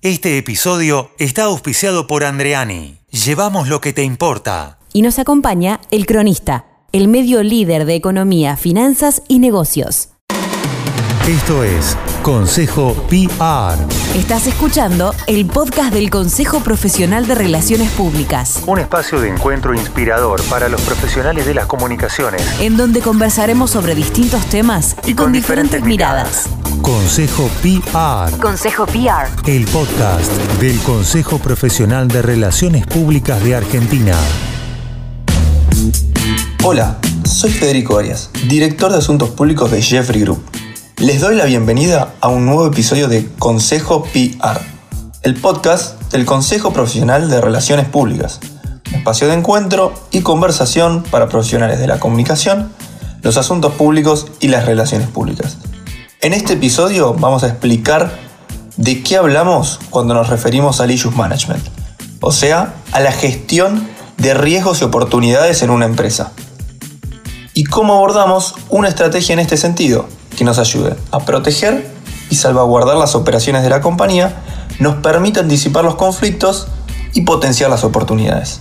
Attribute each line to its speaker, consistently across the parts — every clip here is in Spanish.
Speaker 1: Este episodio está auspiciado por Andreani. Llevamos lo que te importa.
Speaker 2: Y nos acompaña El Cronista, el medio líder de economía, finanzas y negocios.
Speaker 1: Esto es Consejo PR.
Speaker 2: Estás escuchando el podcast del Consejo Profesional de Relaciones Públicas.
Speaker 1: Un espacio de encuentro inspirador para los profesionales de las comunicaciones,
Speaker 2: en donde conversaremos sobre distintos temas y con diferentes miradas.
Speaker 1: Consejo PR.
Speaker 2: Consejo PR.
Speaker 1: El podcast del Consejo Profesional de Relaciones Públicas de Argentina.
Speaker 3: Hola, soy Federico Arias, director de Asuntos Públicos de Jefferies Group. Les doy la bienvenida a un nuevo episodio de Consejo PR, el podcast del Consejo Profesional de Relaciones Públicas, un espacio de encuentro y conversación para profesionales de la comunicación, los asuntos públicos y las relaciones públicas. En este episodio vamos a explicar de qué hablamos cuando nos referimos al Issues Management, o sea, a la gestión de riesgos y oportunidades en una empresa. Y cómo abordamos una estrategia en este sentido que nos ayude a proteger y salvaguardar las operaciones de la compañía, nos permite anticipar los conflictos y potenciar las oportunidades.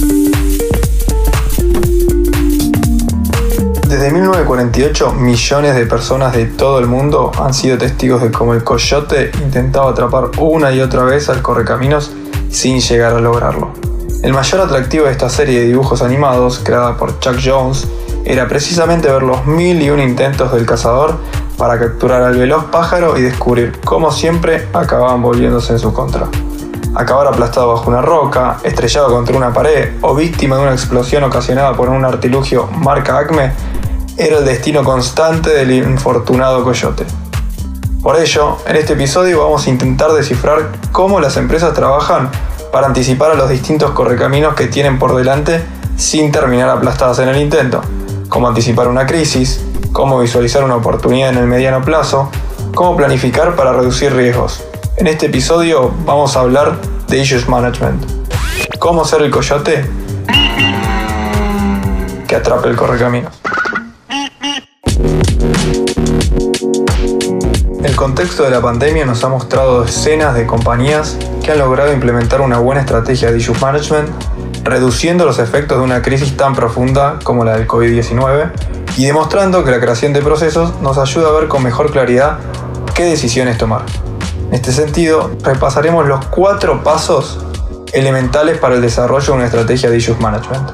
Speaker 3: Desde 1948, millones de personas de todo el mundo han sido testigos de cómo el coyote intentaba atrapar una y otra vez al correcaminos sin llegar a lograrlo. El mayor atractivo de esta serie de dibujos animados, creada por Chuck Jones, era precisamente ver los 1001 intentos del cazador para capturar al veloz pájaro y descubrir cómo siempre acababan volviéndose en su contra. Acabar aplastado bajo una roca, estrellado contra una pared o víctima de una explosión ocasionada por un artilugio marca Acme era el destino constante del infortunado coyote. Por ello, en este episodio vamos a intentar descifrar cómo las empresas trabajan para anticipar a los distintos correcaminos que tienen por delante sin terminar aplastadas en el intento. Cómo anticipar una crisis, cómo visualizar una oportunidad en el mediano plazo, cómo planificar para reducir riesgos. En este episodio vamos a hablar de Issues Management. ¿Cómo ser el coyote que atrape el correcaminos? El contexto de la pandemia nos ha mostrado decenas de compañías que han logrado implementar una buena estrategia de Issues Management, reduciendo los efectos de una crisis tan profunda como la del COVID-19 y demostrando que la creación de procesos nos ayuda a ver con mejor claridad qué decisiones tomar. En este sentido, repasaremos los 4 pasos elementales para el desarrollo de una estrategia de Issues Management.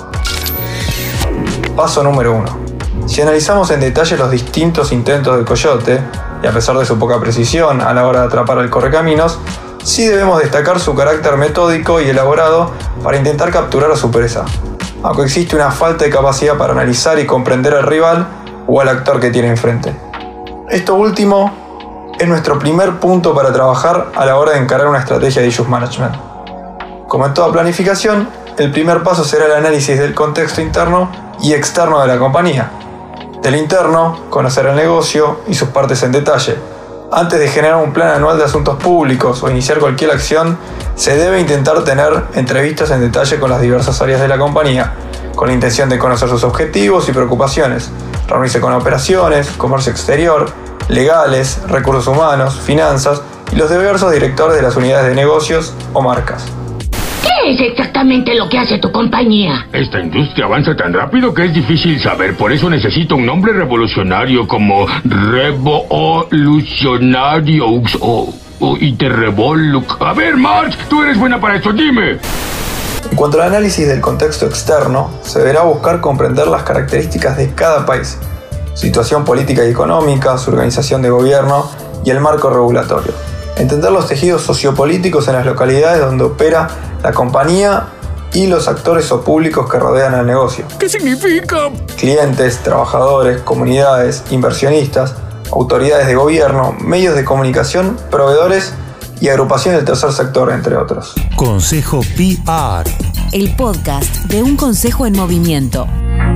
Speaker 3: Paso número 1. Si analizamos en detalle los distintos intentos del coyote, y a pesar de su poca precisión a la hora de atrapar al correcaminos, sí debemos destacar su carácter metódico y elaborado para intentar capturar a su presa, aunque existe una falta de capacidad para analizar y comprender al rival o al actor que tiene enfrente. Esto último es nuestro primer punto para trabajar a la hora de encarar una estrategia de Issues Management. Como en toda planificación, el primer paso será el análisis del contexto interno y externo de la compañía. Del interno, conocer el negocio y sus partes en detalle. Antes de generar un plan anual de asuntos públicos o iniciar cualquier acción, se debe intentar tener entrevistas en detalle con las diversas áreas de la compañía, con la intención de conocer sus objetivos y preocupaciones, reunirse con operaciones, comercio exterior, legales, recursos humanos, finanzas y los diversos directores de las unidades de negocios o marcas.
Speaker 4: ¿Qué es exactamente lo que hace tu compañía?
Speaker 5: Esta industria avanza tan rápido que es difícil saber. Por eso necesito un nombre revolucionario como Revolucionario y te Revoluc. A ver, Marge, tú eres buena para esto, dime.
Speaker 3: En cuanto al análisis del contexto externo, se deberá buscar comprender las características de cada país, situación política y económica, su organización de gobierno y el marco regulatorio. Entender los tejidos sociopolíticos en las localidades donde opera la compañía y los actores o públicos que rodean al negocio.
Speaker 5: ¿Qué significa?
Speaker 3: Clientes, trabajadores, comunidades, inversionistas, autoridades de gobierno, medios de comunicación, proveedores y agrupaciones del tercer sector, entre otros.
Speaker 1: Consejo PR.
Speaker 2: El podcast de un consejo en movimiento.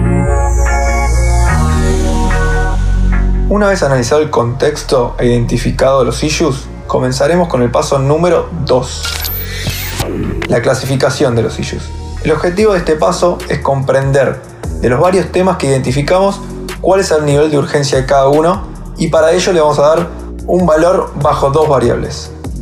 Speaker 3: Una vez analizado el contexto e identificado los issues, comenzaremos con el paso número 2. La clasificación de los issues. El objetivo de este paso es comprender de los varios temas que identificamos cuál es el nivel de urgencia de cada uno y para ello le vamos a dar un valor bajo 2 variables.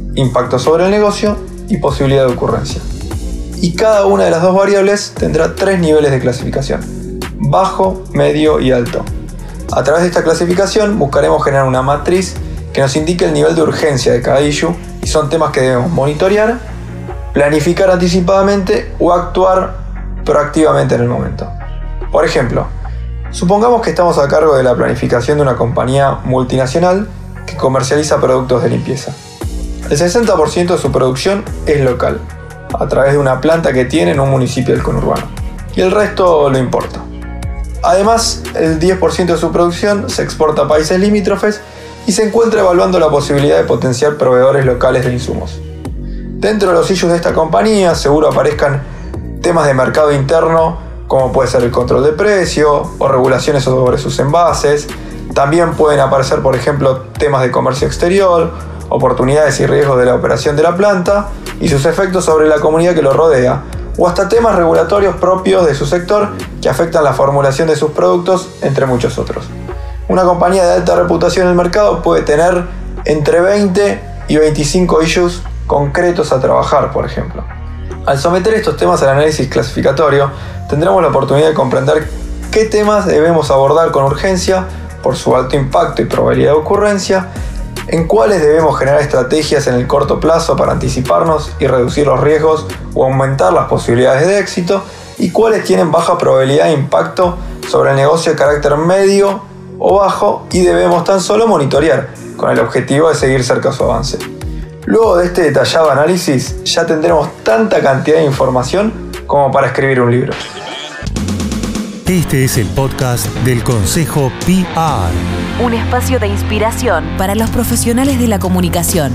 Speaker 3: impacto sobre el negocio y posibilidad de ocurrencia. Y cada una de las dos variables tendrá 3 niveles de clasificación: bajo, medio y alto. A través de esta clasificación buscaremos generar una matriz que nos indique el nivel de urgencia de cada issue, y son temas que debemos monitorear, planificar anticipadamente o actuar proactivamente en el momento. Por ejemplo, supongamos que estamos a cargo de la planificación de una compañía multinacional que comercializa productos de limpieza. El 60% de su producción es local, a través de una planta que tiene en un municipio del conurbano, y el resto lo importa. Además, el 10% de su producción se exporta a países limítrofes y se encuentra evaluando la posibilidad de potenciar proveedores locales de insumos. Dentro de los issues de esta compañía seguro aparezcan temas de mercado interno, como puede ser el control de precio o regulaciones sobre sus envases. También pueden aparecer, por ejemplo, temas de comercio exterior, oportunidades y riesgos de la operación de la planta y sus efectos sobre la comunidad que lo rodea, o hasta temas regulatorios propios de su sector que afectan la formulación de sus productos, entre muchos otros. Una compañía de alta reputación en el mercado puede tener entre 20 y 25 issues concretos a trabajar, por ejemplo. Al someter estos temas al análisis clasificatorio, tendremos la oportunidad de comprender qué temas debemos abordar con urgencia por su alto impacto y probabilidad de ocurrencia, en cuáles debemos generar estrategias en el corto plazo para anticiparnos y reducir los riesgos o aumentar las posibilidades de éxito, y cuáles tienen baja probabilidad de impacto sobre el negocio de carácter medio o bajo y debemos tan solo monitorear con el objetivo de seguir cerca su avance. Luego de este detallado análisis ya tendremos tanta cantidad de información como para escribir un libro.
Speaker 1: Este es el podcast del Consejo PR.
Speaker 2: Un espacio de inspiración para los profesionales de la comunicación.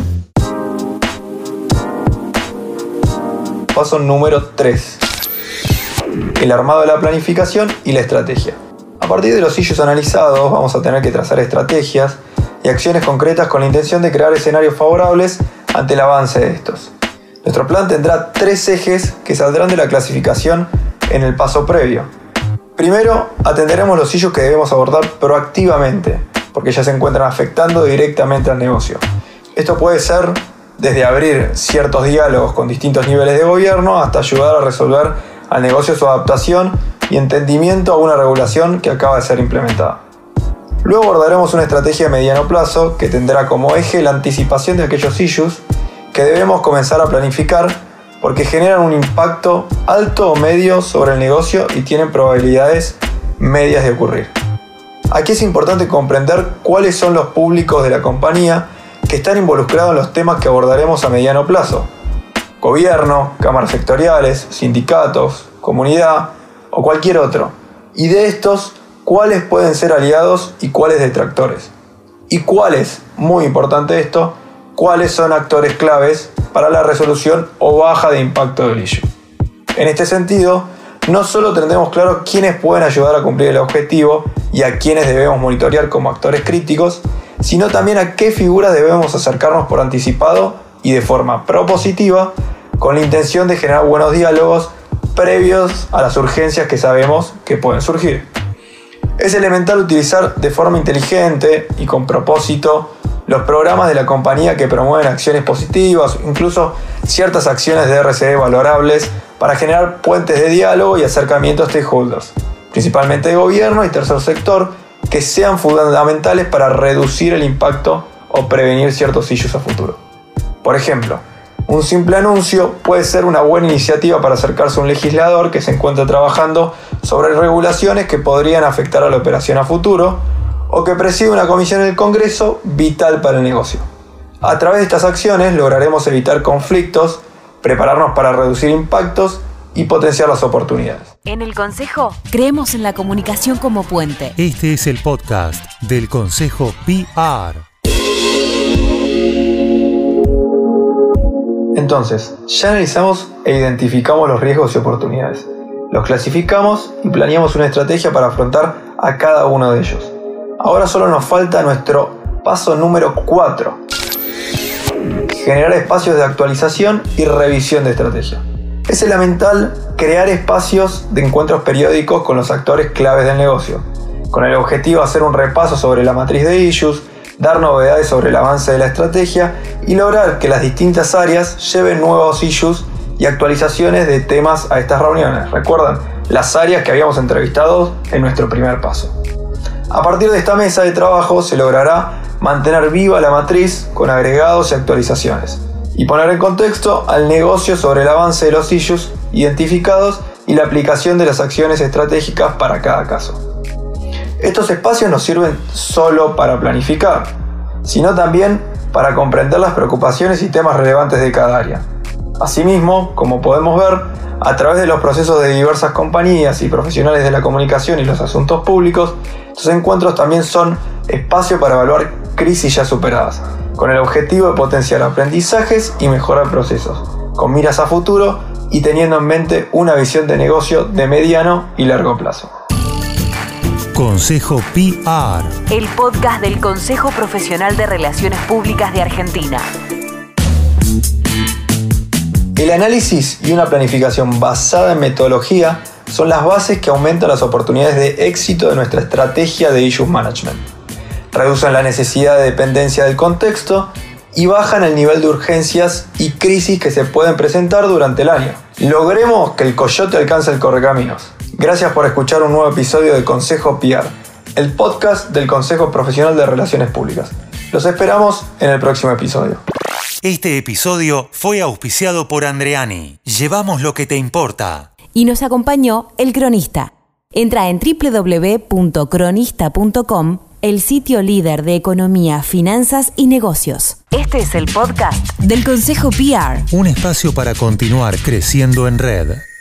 Speaker 3: Paso número 3. El armado de la planificación y la estrategia. A partir de los issues analizados vamos a tener que trazar estrategias y acciones concretas con la intención de crear escenarios favorables ante el avance de estos. Nuestro plan tendrá 3 ejes que saldrán de la clasificación en el paso previo. Primero, atenderemos los issues que debemos abordar proactivamente, porque ya se encuentran afectando directamente al negocio. Esto puede ser desde abrir ciertos diálogos con distintos niveles de gobierno hasta ayudar a resolver al negocio su adaptación y entendimiento a una regulación que acaba de ser implementada. Luego abordaremos una estrategia de mediano plazo que tendrá como eje la anticipación de aquellos issues que debemos comenzar a planificar porque generan un impacto alto o medio sobre el negocio y tienen probabilidades medias de ocurrir. Aquí es importante comprender cuáles son los públicos de la compañía que están involucrados en los temas que abordaremos a mediano plazo: gobierno, cámaras sectoriales, sindicatos, comunidad o cualquier otro. Y de estos, cuáles pueden ser aliados y cuáles detractores. Y cuáles, muy importante esto, cuáles son actores claves para la resolución o baja de impacto del issue. En este sentido, no solo tendremos claro quiénes pueden ayudar a cumplir el objetivo y a quiénes debemos monitorear como actores críticos, sino también a qué figuras debemos acercarnos por anticipado y de forma propositiva, con la intención de generar buenos diálogos previos a las urgencias que sabemos que pueden surgir. Es elemental utilizar de forma inteligente y con propósito los programas de la compañía que promueven acciones positivas, incluso ciertas acciones de RCE valorables, para generar puentes de diálogo y acercamiento a stakeholders, principalmente de gobierno y tercer sector, que sean fundamentales para reducir el impacto o prevenir ciertos issues a futuro. Por ejemplo, un simple anuncio puede ser una buena iniciativa para acercarse a un legislador que se encuentra trabajando sobre regulaciones que podrían afectar a la operación a futuro, o que preside una comisión en el Congreso vital para el negocio. A través de estas acciones lograremos evitar conflictos, prepararnos para reducir impactos y potenciar las oportunidades.
Speaker 2: En el Consejo, creemos en la comunicación como puente.
Speaker 1: Este es el podcast del Consejo PR.
Speaker 3: Entonces, ya analizamos e identificamos los riesgos y oportunidades. Los clasificamos y planeamos una estrategia para afrontar a cada uno de ellos. Ahora solo nos falta nuestro paso número 4. Generar espacios de actualización y revisión de estrategia. Es elemental crear espacios de encuentros periódicos con los actores claves del negocio, con el objetivo de hacer un repaso sobre la matriz de issues, dar novedades sobre el avance de la estrategia y lograr que las distintas áreas lleven nuevos issues y actualizaciones de temas a estas reuniones. ¿Recuerdan? Las áreas que habíamos entrevistado en nuestro primer paso. A partir de esta mesa de trabajo se logrará mantener viva la matriz con agregados y actualizaciones y poner en contexto al negocio sobre el avance de los issues identificados y la aplicación de las acciones estratégicas para cada caso. Estos espacios no sirven solo para planificar, sino también para comprender las preocupaciones y temas relevantes de cada área. Asimismo, como podemos ver, a través de los procesos de diversas compañías y profesionales de la comunicación y los asuntos públicos, estos encuentros también son espacio para evaluar crisis ya superadas, con el objetivo de potenciar aprendizajes y mejorar procesos, con miras a futuro y teniendo en mente una visión de negocio de mediano y largo plazo.
Speaker 1: Consejo PR,
Speaker 2: el podcast del Consejo Profesional de Relaciones Públicas de Argentina.
Speaker 3: El análisis y una planificación basada en metodología son las bases que aumentan las oportunidades de éxito de nuestra estrategia de Issues Management. Reducen la necesidad de dependencia del contexto y bajan el nivel de urgencias y crisis que se pueden presentar durante el año. Logremos que el coyote alcance el correcaminos. Gracias por escuchar un nuevo episodio de Consejo PR, el podcast del Consejo Profesional de Relaciones Públicas. Los esperamos en el próximo episodio.
Speaker 1: Este episodio fue auspiciado por Andreani. Llevamos lo que te importa.
Speaker 2: Y nos acompañó El Cronista. Entra en www.cronista.com, el sitio líder de economía, finanzas y negocios. Este es el podcast del Consejo PR.
Speaker 1: Un espacio para continuar creciendo en red.